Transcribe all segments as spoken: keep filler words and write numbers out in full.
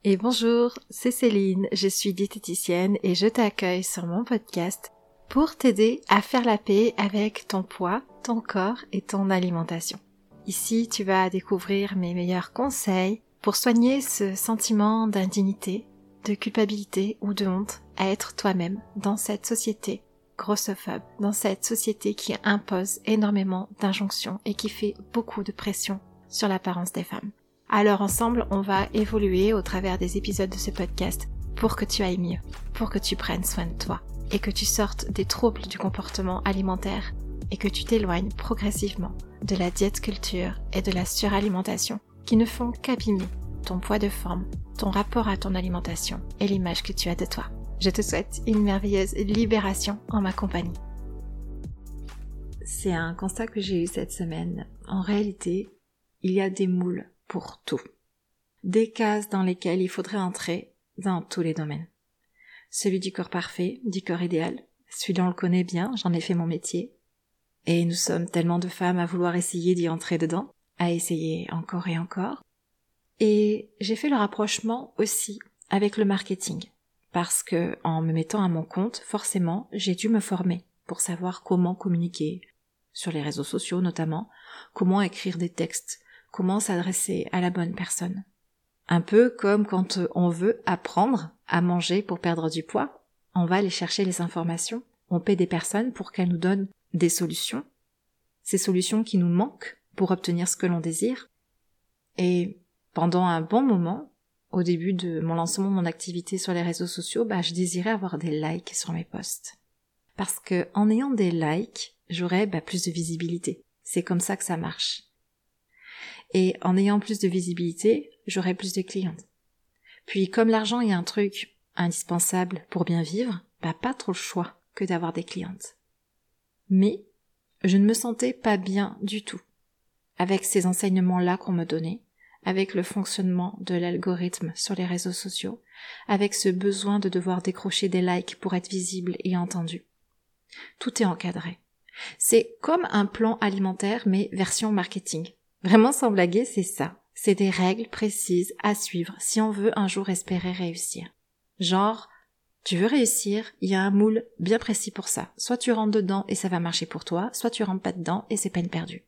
Et bonjour, c'est Céline, je suis diététicienne et je t'accueille sur mon podcast pour t'aider à faire la paix avec ton poids, ton corps et ton alimentation. Ici, tu vas découvrir mes meilleurs conseils pour soigner ce sentiment d'indignité, de culpabilité ou de honte à être toi-même dans cette société grossophobe, dans cette société qui impose énormément d'injonctions et qui fait beaucoup de pression sur l'apparence des femmes. Alors ensemble, on va évoluer au travers des épisodes de ce podcast pour que tu ailles mieux, pour que tu prennes soin de toi et que tu sortes des troubles du comportement alimentaire et que tu t'éloignes progressivement de la diète culture et de la suralimentation qui ne font qu'abîmer ton poids de forme, ton rapport à ton alimentation et l'image que tu as de toi. Je te souhaite une merveilleuse libération en ma compagnie. C'est un constat que j'ai eu cette semaine. En réalité, il y a des moules pour tout. Des cases dans lesquelles il faudrait entrer dans tous les domaines. Celui du corps parfait, du corps idéal, celui-là on le connaît bien, j'en ai fait mon métier. Et nous sommes tellement de femmes à vouloir essayer d'y entrer dedans, à essayer encore et encore. Et j'ai fait le rapprochement aussi avec le marketing. Parce que, en me mettant à mon compte, forcément, j'ai dû me former pour savoir comment communiquer, sur les réseaux sociaux notamment, comment écrire des textes, comment s'adresser à la bonne personne. Un peu comme quand on veut apprendre à manger pour perdre du poids, on va aller chercher les informations, on paie des personnes pour qu'elles nous donnent des solutions, ces solutions qui nous manquent pour obtenir ce que l'on désire. Et pendant un bon moment, au début de mon lancement de mon activité sur les réseaux sociaux, bah, je désirais avoir des likes sur mes posts. Parce que en ayant des likes, j'aurais bah, plus de visibilité. C'est comme ça que ça marche. Et en ayant plus de visibilité, j'aurai plus de clientes. Puis comme l'argent est un truc indispensable pour bien vivre, bah pas trop le choix que d'avoir des clientes. Mais je ne me sentais pas bien du tout avec ces enseignements-là qu'on me donnait, avec le fonctionnement de l'algorithme sur les réseaux sociaux, avec ce besoin de devoir décrocher des likes pour être visible et entendu. Tout est encadré. C'est comme un plan alimentaire mais version marketing. Vraiment sans blaguer, c'est ça. C'est des règles précises à suivre si on veut un jour espérer réussir. Genre, tu veux réussir, il y a un moule bien précis pour ça. Soit tu rentres dedans et ça va marcher pour toi, soit tu rentres pas dedans et c'est peine perdue.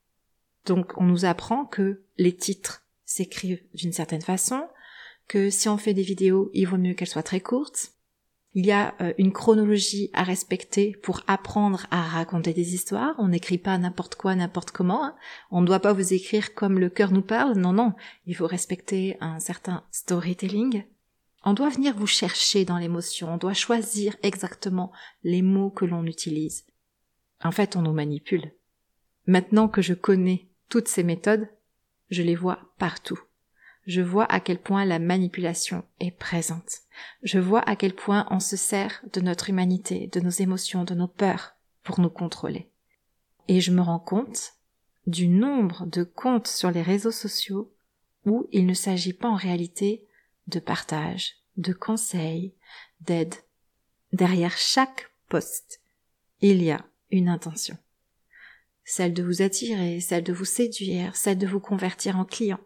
Donc on nous apprend que les titres s'écrivent d'une certaine façon, que si on fait des vidéos, il vaut mieux qu'elles soient très courtes. Il y a euh, une chronologie à respecter pour apprendre à raconter des histoires. On n'écrit pas n'importe quoi, n'importe comment. Hein. On ne doit pas vous écrire comme le cœur nous parle. Non, non. Il faut respecter un certain storytelling. On doit venir vous chercher dans l'émotion. On doit choisir exactement les mots que l'on utilise. En fait, on nous manipule. Maintenant que je connais toutes ces méthodes, je les vois partout. Je vois à quel point la manipulation est présente. Je vois à quel point on se sert de notre humanité, de nos émotions, de nos peurs pour nous contrôler. Et je me rends compte du nombre de comptes sur les réseaux sociaux où il ne s'agit pas en réalité de partage, de conseils, d'aide. Derrière chaque post, il y a une intention. Celle de vous attirer, celle de vous séduire, celle de vous convertir en client.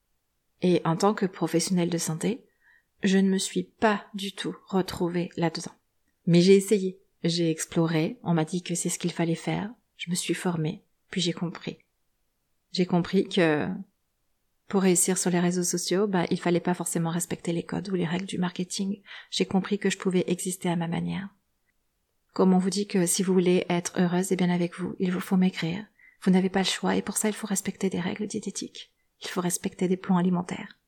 Et en tant que professionnelle de santé, je ne me suis pas du tout retrouvée là-dedans. Mais j'ai essayé, j'ai exploré, on m'a dit que c'est ce qu'il fallait faire, je me suis formée, puis j'ai compris. J'ai compris que pour réussir sur les réseaux sociaux, bah, il fallait pas forcément respecter les codes ou les règles du marketing. J'ai compris que je pouvais exister à ma manière. Comme on vous dit que si vous voulez être heureuse et bien avec vous, il vous faut m'écrire. Vous n'avez pas le choix et pour ça il faut respecter des règles diététiques. Il faut respecter des plans alimentaires.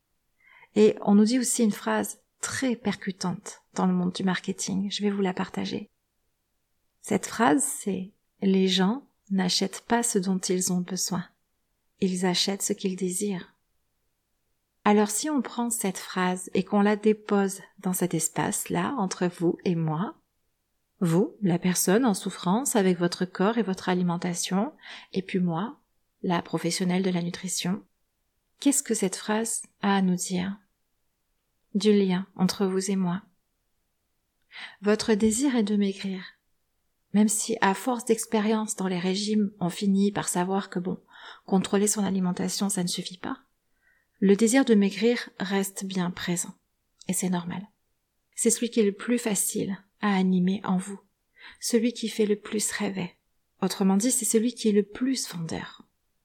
Et on nous dit aussi une phrase très percutante dans le monde du marketing. Je vais vous la partager. Cette phrase, c'est « Les gens n'achètent pas ce dont ils ont besoin. Ils achètent ce qu'ils désirent. » Alors si on prend cette phrase et qu'on la dépose dans cet espace-là, entre vous et moi, vous, la personne en souffrance avec votre corps et votre alimentation, et puis moi, la professionnelle de la nutrition, qu'est-ce que cette phrase a à nous dire? Du lien entre vous et moi. Votre désir est de maigrir. Même si à force d'expérience dans les régimes, on finit par savoir que bon, contrôler son alimentation, ça ne suffit pas. le désir de maigrir reste bien présent. Et c'est normal. C'est celui qui est le plus facile à animer en vous. Celui qui fait le plus rêver. Autrement dit, c'est celui qui est le plus vendeur.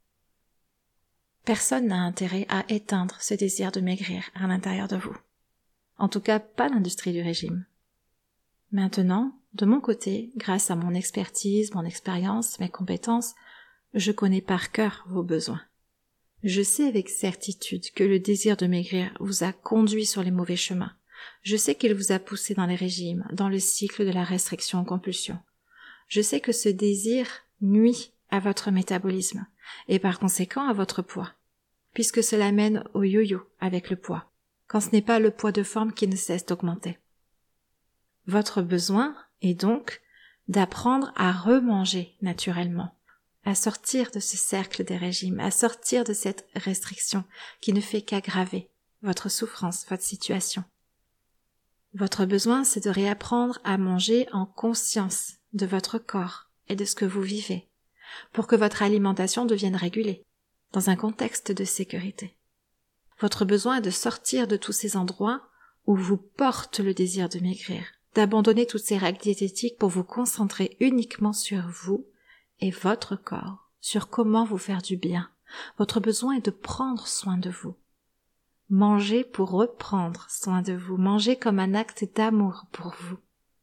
Personne n'a intérêt à éteindre ce désir de maigrir à l'intérieur de vous. En tout cas, pas l'industrie du régime. Maintenant, de mon côté, grâce à mon expertise, mon expérience, mes compétences, je connais par cœur vos besoins. Je sais avec certitude que le désir de maigrir vous a conduit sur les mauvais chemins. Je sais qu'il vous a poussé dans les régimes, dans le cycle de la restriction-compulsion. Je sais que ce désir nuit à votre métabolisme et par conséquent à votre poids, puisque cela mène au yo-yo avec le poids, quand ce n'est pas le poids de forme qui ne cesse d'augmenter. Votre besoin est donc d'apprendre à remanger naturellement, à sortir de ce cercle des régimes, à sortir de cette restriction qui ne fait qu'aggraver votre souffrance, votre situation. Votre besoin, c'est de réapprendre à manger en conscience de votre corps et de ce que vous vivez, pour que votre alimentation devienne régulée, dans un contexte de sécurité. Votre besoin est de sortir de tous ces endroits où vous porte le désir de maigrir, d'abandonner toutes ces règles diététiques pour vous concentrer uniquement sur vous et votre corps, sur comment vous faire du bien. Votre besoin est de prendre soin de vous. Mangez pour reprendre soin de vous, mangez comme un acte d'amour pour vous.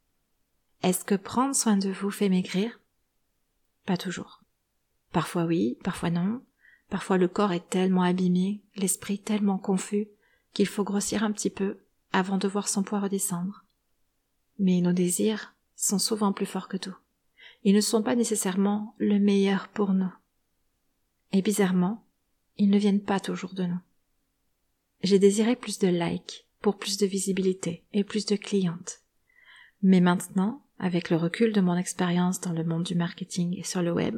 Est-ce que prendre soin de vous fait maigrir? Pas toujours. Parfois oui, parfois non. Parfois le corps est tellement abîmé, l'esprit tellement confus, qu'il faut grossir un petit peu avant de voir son poids redescendre. Mais nos désirs sont souvent plus forts que tout. Ils ne sont pas nécessairement le meilleur pour nous. Et bizarrement, ils ne viennent pas toujours de nous. J'ai désiré plus de likes, pour plus de visibilité et plus de clientes. Mais maintenant, avec le recul de mon expérience dans le monde du marketing et sur le web,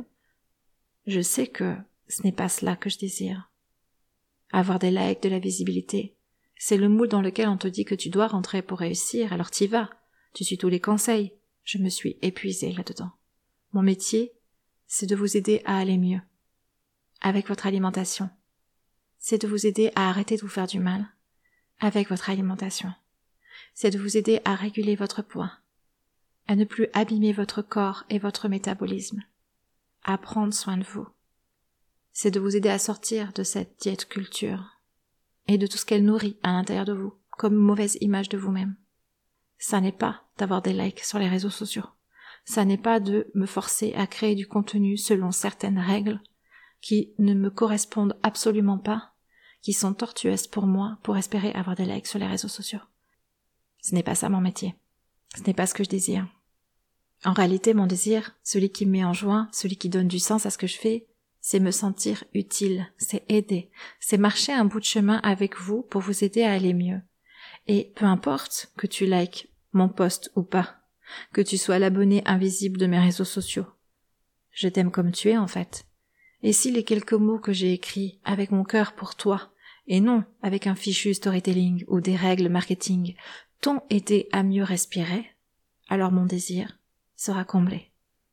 je sais que ce n'est pas cela que je désire. Avoir des likes, de la visibilité, c'est le moule dans lequel on te dit que tu dois rentrer pour réussir, alors t'y vas, tu suis tous les conseils. Je me suis épuisée là-dedans. Mon métier, c'est de vous aider à aller mieux, avec votre alimentation. C'est de vous aider à arrêter de vous faire du mal, avec votre alimentation. C'est de vous aider à réguler votre poids, à ne plus abîmer votre corps et votre métabolisme, à prendre soin de vous. C'est de vous aider à sortir de cette diète culture et de tout ce qu'elle nourrit à l'intérieur de vous, comme mauvaise image de vous-même. Ça n'est pas d'avoir des likes sur les réseaux sociaux. Ça n'est pas de me forcer à créer du contenu selon certaines règles qui ne me correspondent absolument pas, qui sont tortueuses pour moi pour espérer avoir des likes sur les réseaux sociaux. Ce n'est pas ça mon métier. Ce n'est pas ce que je désire. En réalité, mon désir, celui qui me met en joie, celui qui donne du sens à ce que je fais, c'est me sentir utile, c'est aider, c'est marcher un bout de chemin avec vous pour vous aider à aller mieux. Et peu importe que tu likes mon post ou pas, que tu sois l'abonné invisible de mes réseaux sociaux. Je t'aime comme tu es en fait. Et si les quelques mots que j'ai écrits avec mon cœur pour toi, et non avec un fichu storytelling ou des règles marketing, t'ont aidé à mieux respirer, alors mon désir sera comblé.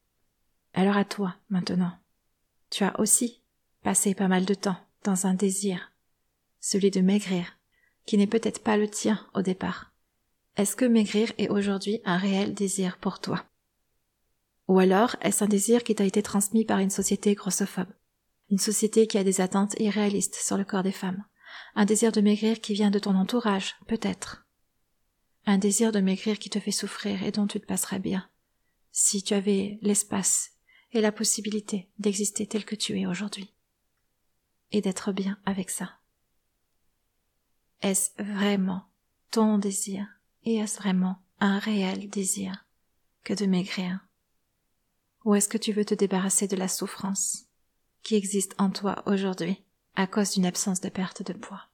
Alors à toi maintenant. Tu as aussi passé pas mal de temps dans un désir, celui de maigrir, qui n'est peut-être pas le tien au départ. Est-ce que maigrir est aujourd'hui un réel désir pour toi? Ou alors est-ce un désir qui t'a été transmis par une société grossophobe? Une société qui a des attentes irréalistes sur le corps des femmes? Un désir de maigrir qui vient de ton entourage, peut-être? Un désir de maigrir qui te fait souffrir et dont tu te passerais bien, si tu avais l'espace et la possibilité d'exister tel que tu es aujourd'hui, et d'être bien avec ça. Est-ce vraiment ton désir, et est-ce vraiment un réel désir que de maigrir? Ou est-ce que tu veux te débarrasser de la souffrance qui existe en toi aujourd'hui à cause d'une absence de perte de poids?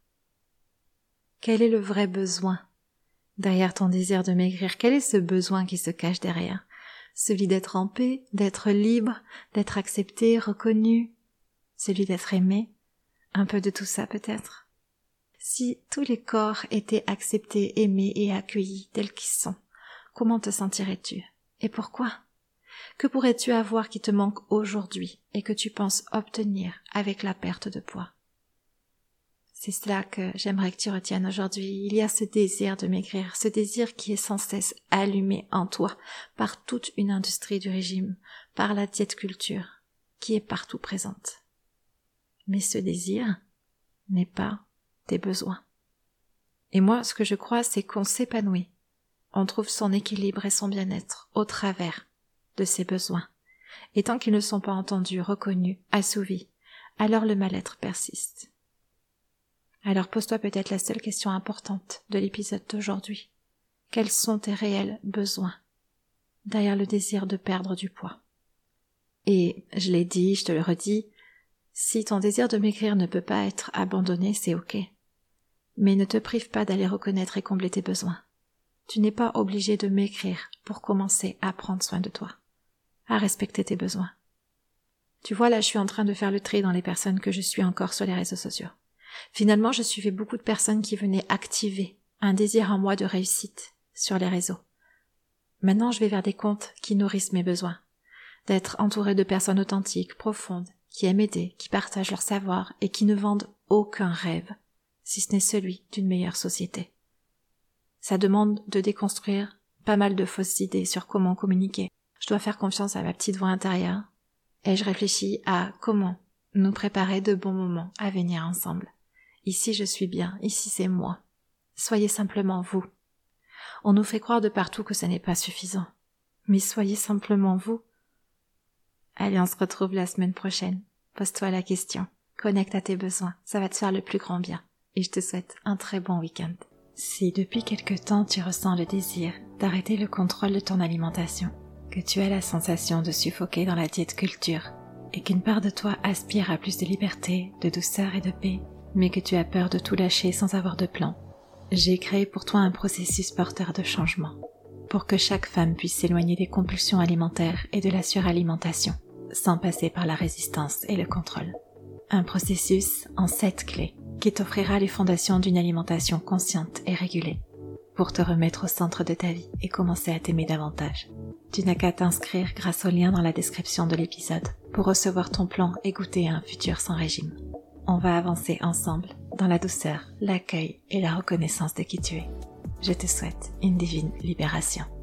Quel est le vrai besoin derrière ton désir de maigrir? Quel est ce besoin qui se cache derrière? Celui d'être en paix, d'être libre, d'être accepté, reconnu, celui d'être aimé, un peu de tout ça peut-être. Si tous les corps étaient acceptés, aimés et accueillis tels qu'ils sont, comment te sentirais-tu? Et pourquoi? Que pourrais-tu avoir qui te manque aujourd'hui et que tu penses obtenir avec la perte de poids? C'est cela que j'aimerais que tu retiennes aujourd'hui. Il y a ce désir de maigrir, ce désir qui est sans cesse allumé en toi par toute une industrie du régime, par la diète culture, qui est partout présente. Mais ce désir n'est pas tes besoins. Et moi, ce que je crois, c'est qu'on s'épanouit. On trouve son équilibre et son bien-être au travers de ses besoins. Et tant qu'ils ne sont pas entendus, reconnus, assouvis, alors le mal-être persiste. Alors pose-toi peut-être la seule question importante de l'épisode d'aujourd'hui. Quels sont tes réels besoins derrière le désir de perdre du poids? Et je l'ai dit, je te le redis, si ton désir de maigrir ne peut pas être abandonné, c'est ok. Mais ne te prive pas d'aller reconnaître et combler tes besoins. Tu n'es pas obligé de maigrir pour commencer à prendre soin de toi, à respecter tes besoins. Tu vois, là, je suis en train de faire le tri dans les personnes que je suis encore sur les réseaux sociaux. Finalement, je suivais beaucoup de personnes qui venaient activer un désir en moi de réussite sur les réseaux. Maintenant, je vais vers des comptes qui nourrissent mes besoins, d'être entourée de personnes authentiques, profondes, qui aiment aider, qui partagent leur savoir et qui ne vendent aucun rêve, si ce n'est celui d'une meilleure société. Ça demande de déconstruire pas mal de fausses idées sur comment communiquer. Je dois faire confiance à ma petite voix intérieure et je réfléchis à comment nous préparer de bons moments à venir ensemble. Ici je suis bien, ici c'est moi. Soyez simplement vous. On nous fait croire de partout que ce n'est pas suffisant. Mais soyez simplement vous. Allez, on se retrouve la semaine prochaine. Pose-toi la question. Connecte à tes besoins. Ça va te faire le plus grand bien. Et je te souhaite un très bon week-end. Si depuis quelque temps tu ressens le désir d'arrêter le contrôle de ton alimentation, que tu as la sensation de suffoquer dans la diète culture, et qu'une part de toi aspire à plus de liberté, de douceur et de paix, mais que tu as peur de tout lâcher sans avoir de plan, j'ai créé pour toi un processus porteur de changement, pour que chaque femme puisse s'éloigner des compulsions alimentaires et de la suralimentation, sans passer par la résistance et le contrôle. Un processus en sept clés, qui t'offrira les fondations d'une alimentation consciente et régulée, pour te remettre au centre de ta vie et commencer à t'aimer davantage. Tu n'as qu'à t'inscrire grâce au lien dans la description de l'épisode pour recevoir ton plan et goûter à un futur sans régime. On va avancer ensemble dans la douceur, l'accueil et la reconnaissance de qui tu es. Je te souhaite une divine libération.